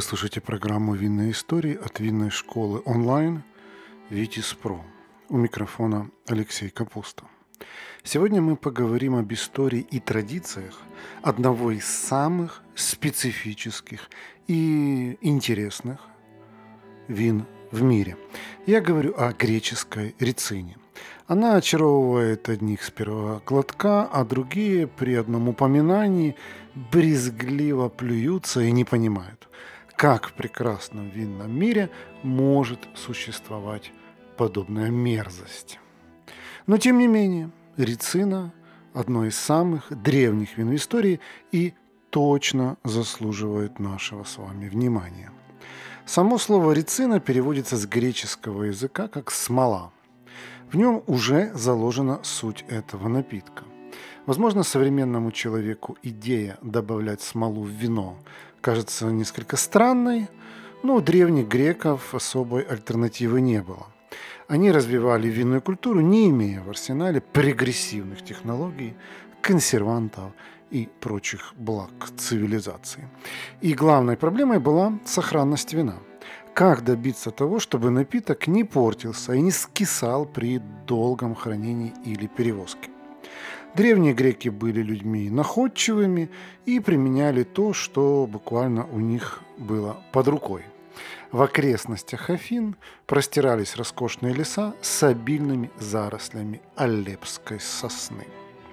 слушаете программу «Винные истории» от винной школы онлайн «Витис Про». У микрофона Алексей Капуста. Сегодня мы поговорим об истории и традициях одного из самых специфических и интересных вин в мире. Я говорю о греческой рицине. Она очаровывает одних с первого глотка, а другие при одном упоминании брезгливо плюются и не понимают, как в прекрасном винном мире может существовать подобная мерзость. Но тем не менее, рицина – одно из самых древних вин в истории и точно заслуживает нашего с вами внимания. Само слово «рицина» переводится с греческого языка как «смола». В нем уже заложена суть этого напитка. Возможно, современному человеку идея добавлять смолу в вино кажется несколько странной, но у древних греков особой альтернативы не было. Они развивали винную культуру, не имея в арсенале прогрессивных технологий, консервантов и прочих благ цивилизации. И главной проблемой была сохранность вина. Как добиться того, чтобы напиток не портился и не скисал при долгом хранении или перевозке? Древние греки были людьми находчивыми и применяли то, что буквально у них было под рукой. В окрестностях Афин простирались роскошные леса с обильными зарослями алепской сосны.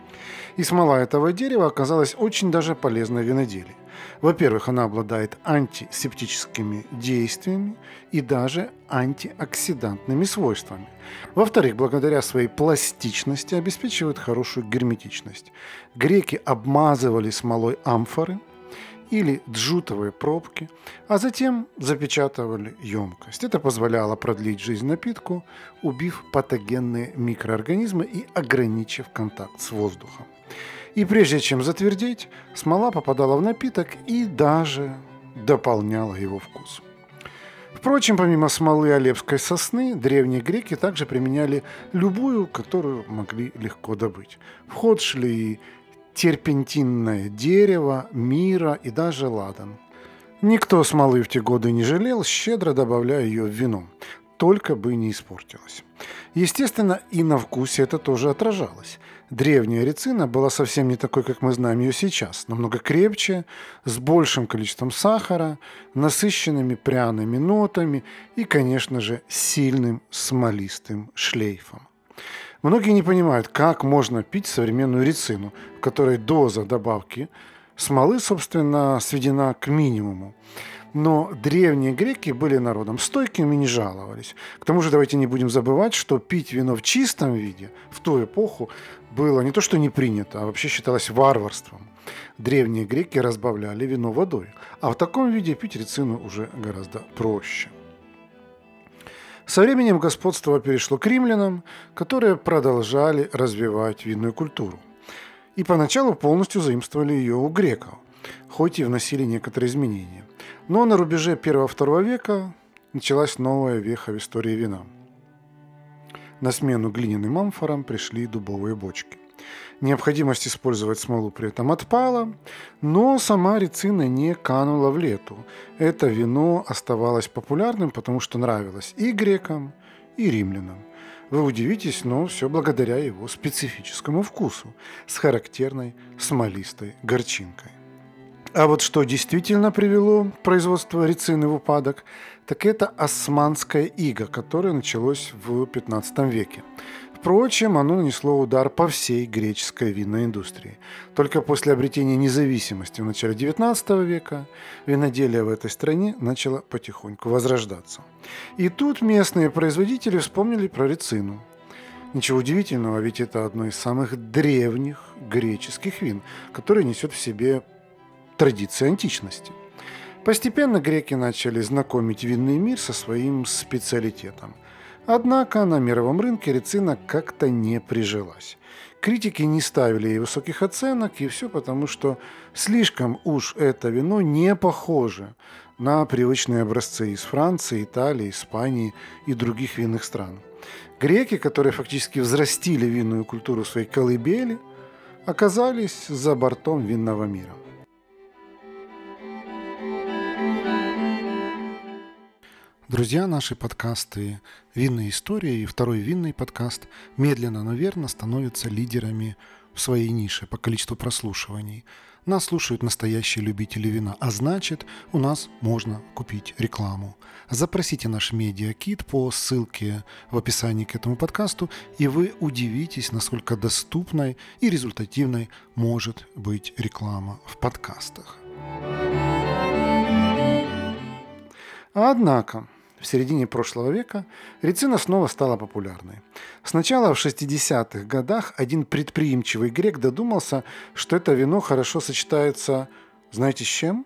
И смола этого дерева оказалась очень даже полезной в виноделии. Во-первых, она обладает антисептическими действиями и даже антиоксидантными свойствами. Во-вторых, благодаря своей пластичности обеспечивает хорошую герметичность. Греки обмазывали смолой амфоры или джутовые пробки, а затем запечатывали емкость. Это позволяло продлить жизнь напитку, убив патогенные микроорганизмы и ограничив контакт с воздухом. И прежде чем затвердеть, смола попадала в напиток и даже дополняла его вкус. Впрочем, помимо смолы алепской сосны, древние греки также применяли любую, которую могли легко добыть. В ход шли терпентинное дерево, мира и даже ладан. Никто смолы в те годы не жалел, щедро добавляя ее в вино, только бы не испортилась. Естественно, и на вкусе это тоже отражалось. Древняя рицина была совсем не такой, как мы знаем ее сейчас, намного крепче, с большим количеством сахара, насыщенными пряными нотами и, конечно же, сильным смолистым шлейфом. Многие не понимают, как можно пить современную рицину, в которой доза добавки смолы, собственно, сведена к минимуму. Но древние греки были народом стойким и не жаловались. К тому же давайте не будем забывать, что пить вино в чистом виде в ту эпоху было не то что не принято, а вообще считалось варварством. Древние греки разбавляли вино водой, а в таком виде пить рицину уже гораздо проще. Со временем господство перешло к римлянам, которые продолжали развивать винную культуру. И поначалу полностью заимствовали ее у греков, хоть и вносили некоторые изменения. Но на рубеже 1-2 века началась новая веха в истории вина. На смену глиняным амфорам пришли дубовые бочки. Необходимость использовать смолу при этом отпала, но сама рицина не канула в лету. Это вино оставалось популярным, потому что нравилось и грекам, и римлянам. Вы удивитесь, но все благодаря его специфическому вкусу с характерной смолистой горчинкой. А вот что действительно привело производство рицины в упадок, так это османское иго, которое началось в 15 веке. Впрочем, оно нанесло удар по всей греческой винной индустрии. Только после обретения независимости в начале 19 века виноделие в этой стране начало потихоньку возрождаться. И тут местные производители вспомнили про рицину. Ничего удивительного, ведь это одно из самых древних греческих вин, которое несет в себе традиции античности. Постепенно греки начали знакомить винный мир со своим специалитетом. Однако на мировом рынке рицина как-то не прижилась. Критики не ставили ей высоких оценок, и все потому, что слишком уж это вино не похоже на привычные образцы из Франции, Италии, Испании и других винных стран. Греки, которые фактически взрастили винную культуру в своей колыбели, оказались за бортом винного мира. Друзья, наши подкасты «Винные истории» и второй винный подкаст медленно, но верно становятся лидерами в своей нише по количеству прослушиваний. Нас слушают настоящие любители вина, а значит, у нас можно купить рекламу. Запросите наш медиакит по ссылке в описании к этому подкасту, и вы удивитесь, насколько доступной и результативной может быть реклама в подкастах. Однако, в середине прошлого века рецина снова стала популярной. Сначала в 60-х годах один предприимчивый грек додумался, что это вино хорошо сочетается, знаете, с чем?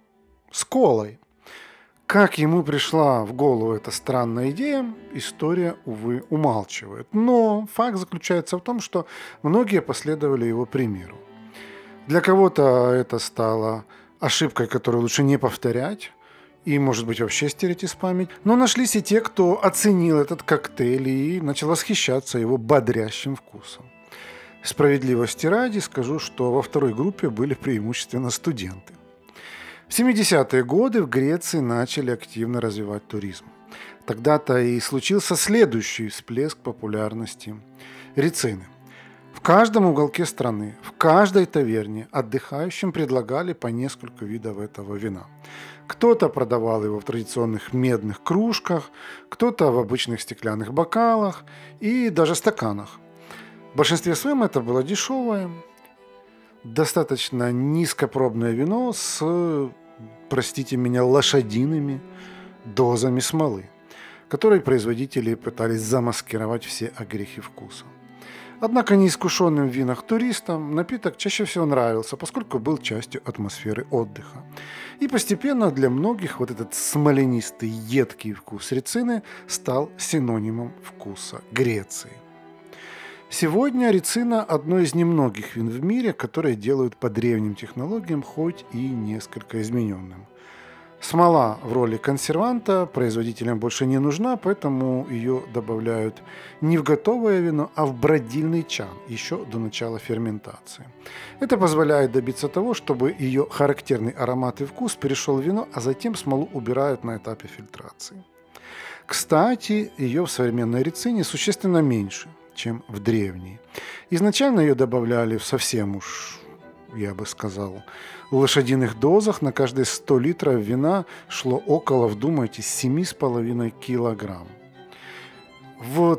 С колой. Как ему пришла в голову эта странная идея, история, увы, умалчивает. Но факт заключается в том, что многие последовали его примеру. Для кого-то это стало ошибкой, которую лучше не повторять, и, может быть, вообще стереть из памяти. Но нашлись и те, кто оценил этот коктейль и начал восхищаться его бодрящим вкусом. Справедливости ради скажу, что во второй группе были преимущественно студенты. В 70-е годы в Греции начали активно развивать туризм. Тогда-то и случился следующий всплеск популярности рецины. В каждом уголке страны, в каждой таверне отдыхающим предлагали по несколько видов этого вина. Кто-то продавал его в традиционных медных кружках, кто-то в обычных стеклянных бокалах и даже стаканах. В большинстве своем это было дешевое, достаточно низкопробное вино с, простите меня, лошадиными дозами смолы, которой производители пытались замаскировать все огрехи вкуса. Однако неискушенным в винах туристам напиток чаще всего нравился, поскольку был частью атмосферы отдыха. И постепенно для многих вот этот смоленистый, едкий вкус рецины стал синонимом вкуса Греции. Сегодня рецина – одно из немногих вин в мире, которые делают по древним технологиям, хоть и несколько измененным. Смола в роли консерванта производителям больше не нужна, поэтому ее добавляют не в готовое вино, а в бродильный чан еще до начала ферментации. Это позволяет добиться того, чтобы ее характерный аромат и вкус перешел в вино, а затем смолу убирают на этапе фильтрации. Кстати, ее в современной рецине существенно меньше, чем в древней. Изначально ее добавляли в совсем уж, я бы сказал, лошадиных дозах. На каждые 100 литров вина шло около, вдумайтесь, 7,5 килограмм. В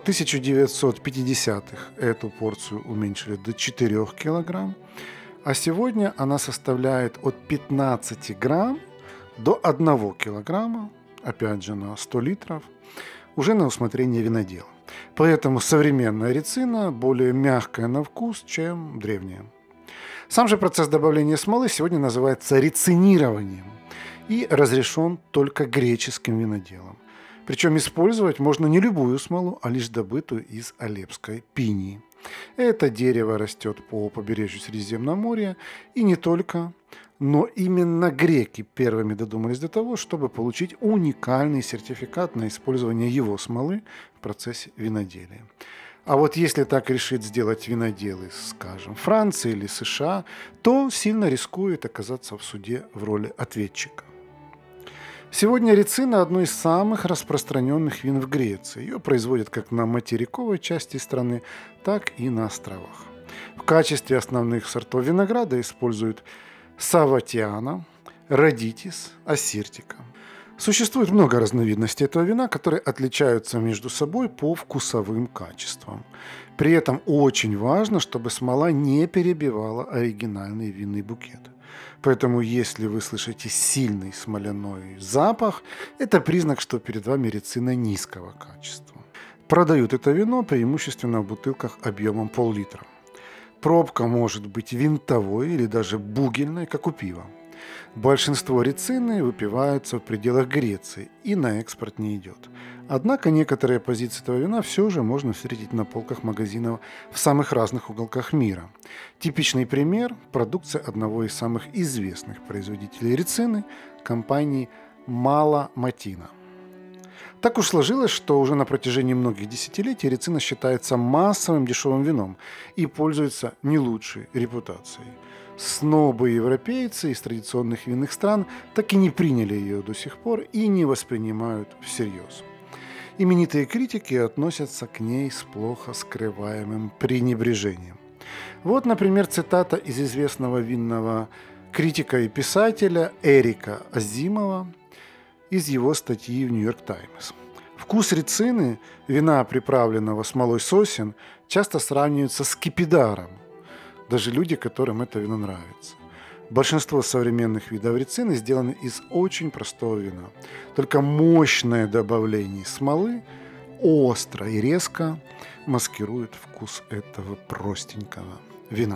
1950-х эту порцию уменьшили до 4 килограмм, а сегодня она составляет от 15 грамм до 1 килограмма, опять же на 100 литров, уже на усмотрение винодела. Поэтому современная рецина более мягкая на вкус, чем древняя. Сам же процесс добавления смолы сегодня называется рецинированием и разрешен только греческим виноделом. Причем использовать можно не любую смолу, а лишь добытую из алепской пинии. Это дерево растет по побережью Средиземноморья и не только, но именно греки первыми додумались до того, чтобы получить уникальный сертификат на использование его смолы в процессе виноделия. А вот если так решит сделать виноделы, скажем, Франции или США, то сильно рискует оказаться в суде в роли ответчика. Сегодня рецина – одно из самых распространенных вин в Греции. Ее производят как на материковой части страны, так и на островах. В качестве основных сортов винограда используют саватиана, родитис, ассиртика. Существует много разновидностей этого вина, которые отличаются между собой по вкусовым качествам. При этом очень важно, чтобы смола не перебивала оригинальный винный букет. Поэтому если вы слышите сильный смоляной запах, это признак, что перед вами рецина низкого качества. Продают это вино преимущественно в бутылках объемом пол-литра. Пробка может быть винтовой или даже бугельной, как у пива. Большинство рецины выпиваются в пределах Греции и на экспорт не идет. Однако некоторые позиции этого вина все же можно встретить на полках магазинов в самых разных уголках мира. Типичный пример – продукция одного из самых известных производителей рецины – компании Мало Матина. Так уж сложилось, что уже на протяжении многих десятилетий рецина считается массовым дешевым вином и пользуется не лучшей репутацией. Снобы-европейцы из традиционных винных стран так и не приняли ее до сих пор и не воспринимают всерьез. Именитые критики относятся к ней с плохо скрываемым пренебрежением. Вот, например, цитата из известного винного критика и писателя Эрика Азимова из его статьи в «Нью-Йорк Таймс». Вкус рецины, вина, приправленного смолой сосен, часто сравнивается с скипидаром. Даже люди, которым это вино нравится. Большинство современных видов рецины сделаны из очень простого вина. Только мощное добавление смолы остро и резко маскирует вкус этого простенького вина.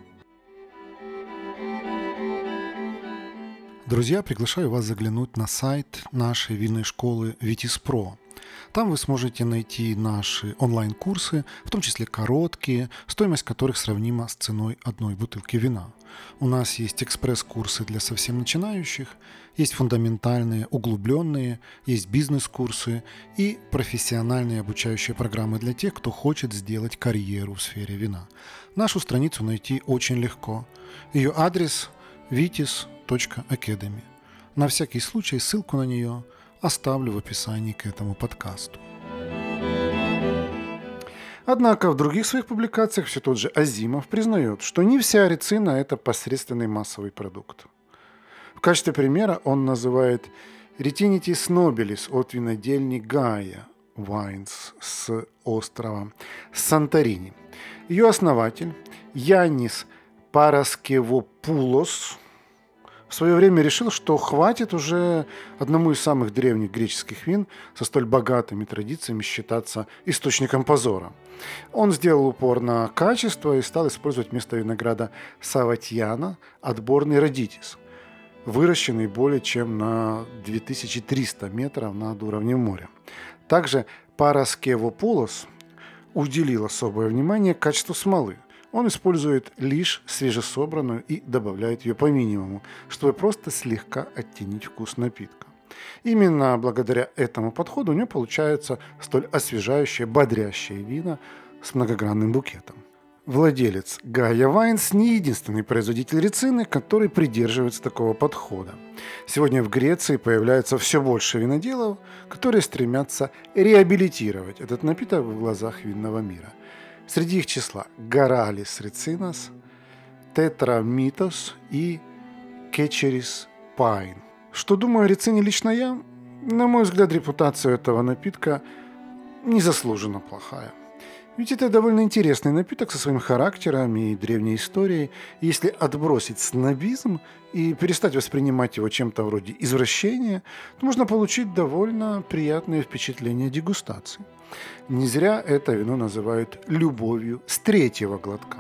Друзья, приглашаю вас заглянуть на сайт нашей винной школы Vitis Pro. Там вы сможете найти наши онлайн-курсы, в том числе короткие, стоимость которых сравнима с ценой одной бутылки вина. У нас есть экспресс-курсы для совсем начинающих, есть фундаментальные, углубленные, есть бизнес-курсы и профессиональные обучающие программы для тех, кто хочет сделать карьеру в сфере вина. Нашу страницу найти очень легко. Ее адрес vitis.academy. На всякий случай ссылку на нее оставлю в описании к этому подкасту. Однако в других своих публикациях все тот же Азимов признает, что не вся рецина – это посредственный массовый продукт. В качестве примера он называет Retinitis nobilis от винодельни Gaia Wines с острова Санторини. Ее основатель Яннис Параскевопулос в свое время решил, что хватит уже одному из самых древних греческих вин со столь богатыми традициями считаться источником позора. Он сделал упор на качество и стал использовать вместо винограда Саватьяна отборный Родитис, выращенный более чем на 2300 метров над уровнем моря. Также Параскевопулос уделил особое внимание качеству смолы. Он использует лишь свежесобранную и добавляет ее по минимуму, чтобы просто слегка оттенить вкус напитка. Именно благодаря этому подходу у него получается столь освежающее, бодрящее вино с многогранным букетом. Владелец Gaia Wines не единственный производитель рецины, который придерживается такого подхода. Сегодня в Греции появляется все больше виноделов, которые стремятся реабилитировать этот напиток в глазах винного мира. Среди их числа Горалис Рецинас, Тетрамитос и Кетчерис Пайн. Что думаю о рецине лично я? На мой взгляд, репутация этого напитка незаслуженно плохая. Ведь это довольно интересный напиток со своим характером и древней историей. Если отбросить снобизм и перестать воспринимать его чем-то вроде извращения, то можно получить довольно приятные впечатления дегустации. Не зря это вино называют любовью с третьего глотка.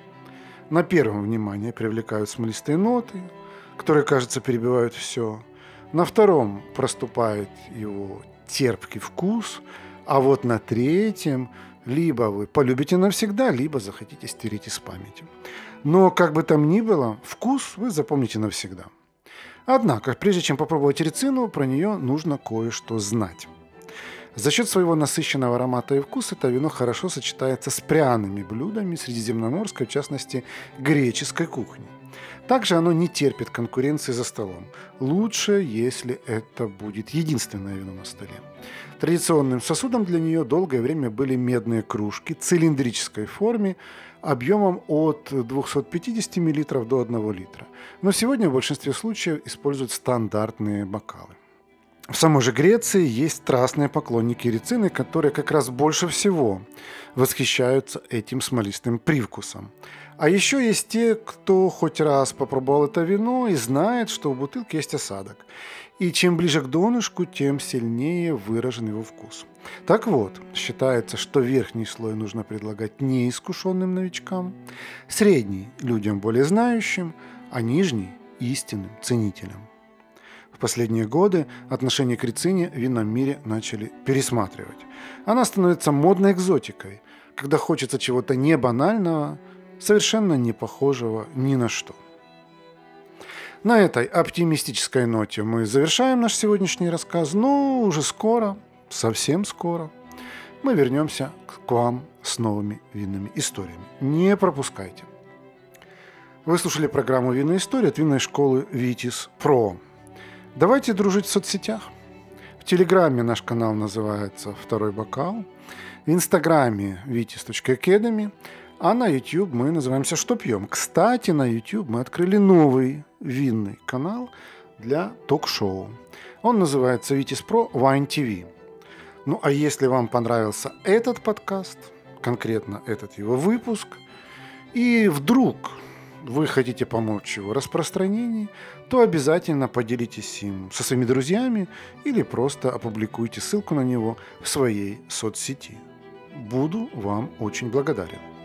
На первом внимание привлекают смолистые ноты, которые, кажется, перебивают все. На втором проступает его терпкий вкус, а вот на третьем либо вы полюбите навсегда, либо захотите стереть из памяти. Но, как бы там ни было, вкус вы запомните навсегда. Однако, прежде чем попробовать рецину, про нее нужно кое-что знать. За счет своего насыщенного аромата и вкуса это вино хорошо сочетается с пряными блюдами средиземноморской, в частности, греческой кухни. Также оно не терпит конкуренции за столом. Лучше, если это будет единственное вино на столе. Традиционным сосудом для нее долгое время были медные кружки цилиндрической форме объемом от 250 мл до 1 литра. Но сегодня в большинстве случаев используют стандартные бокалы. В самой же Греции есть страстные поклонники рецины, которые как раз больше всего восхищаются этим смолистым привкусом. А еще есть те, кто хоть раз попробовал это вино и знает, что в бутылке есть осадок. И чем ближе к донышку, тем сильнее выражен его вкус. Так вот, считается, что верхний слой нужно предлагать неискушенным новичкам, средний – людям более знающим, а нижний – истинным ценителям. В последние годы отношение к рецине в винном мире начали пересматривать. Она становится модной экзотикой, когда хочется чего-то не банального, совершенно не похожего ни на что. На этой оптимистической ноте мы завершаем наш сегодняшний рассказ, но уже скоро, совсем скоро мы вернемся к вам с новыми винными историями. Не пропускайте. Вы слушали программу «Винная история» от винной школы «Витис Про». Давайте дружить в соцсетях. В Телеграме наш канал называется «Второй бокал», в Инстаграме vitis.academy, а на YouTube мы называемся «Что пьем?». Кстати, на YouTube мы открыли новый винный канал для ток-шоу. Он называется «Витис Про Wine TV». Ну а если вам понравился этот подкаст, конкретно этот его выпуск, и вдруг вы хотите помочь его распространению, то обязательно поделитесь им со своими друзьями или просто опубликуйте ссылку на него в своей соцсети. Буду вам очень благодарен.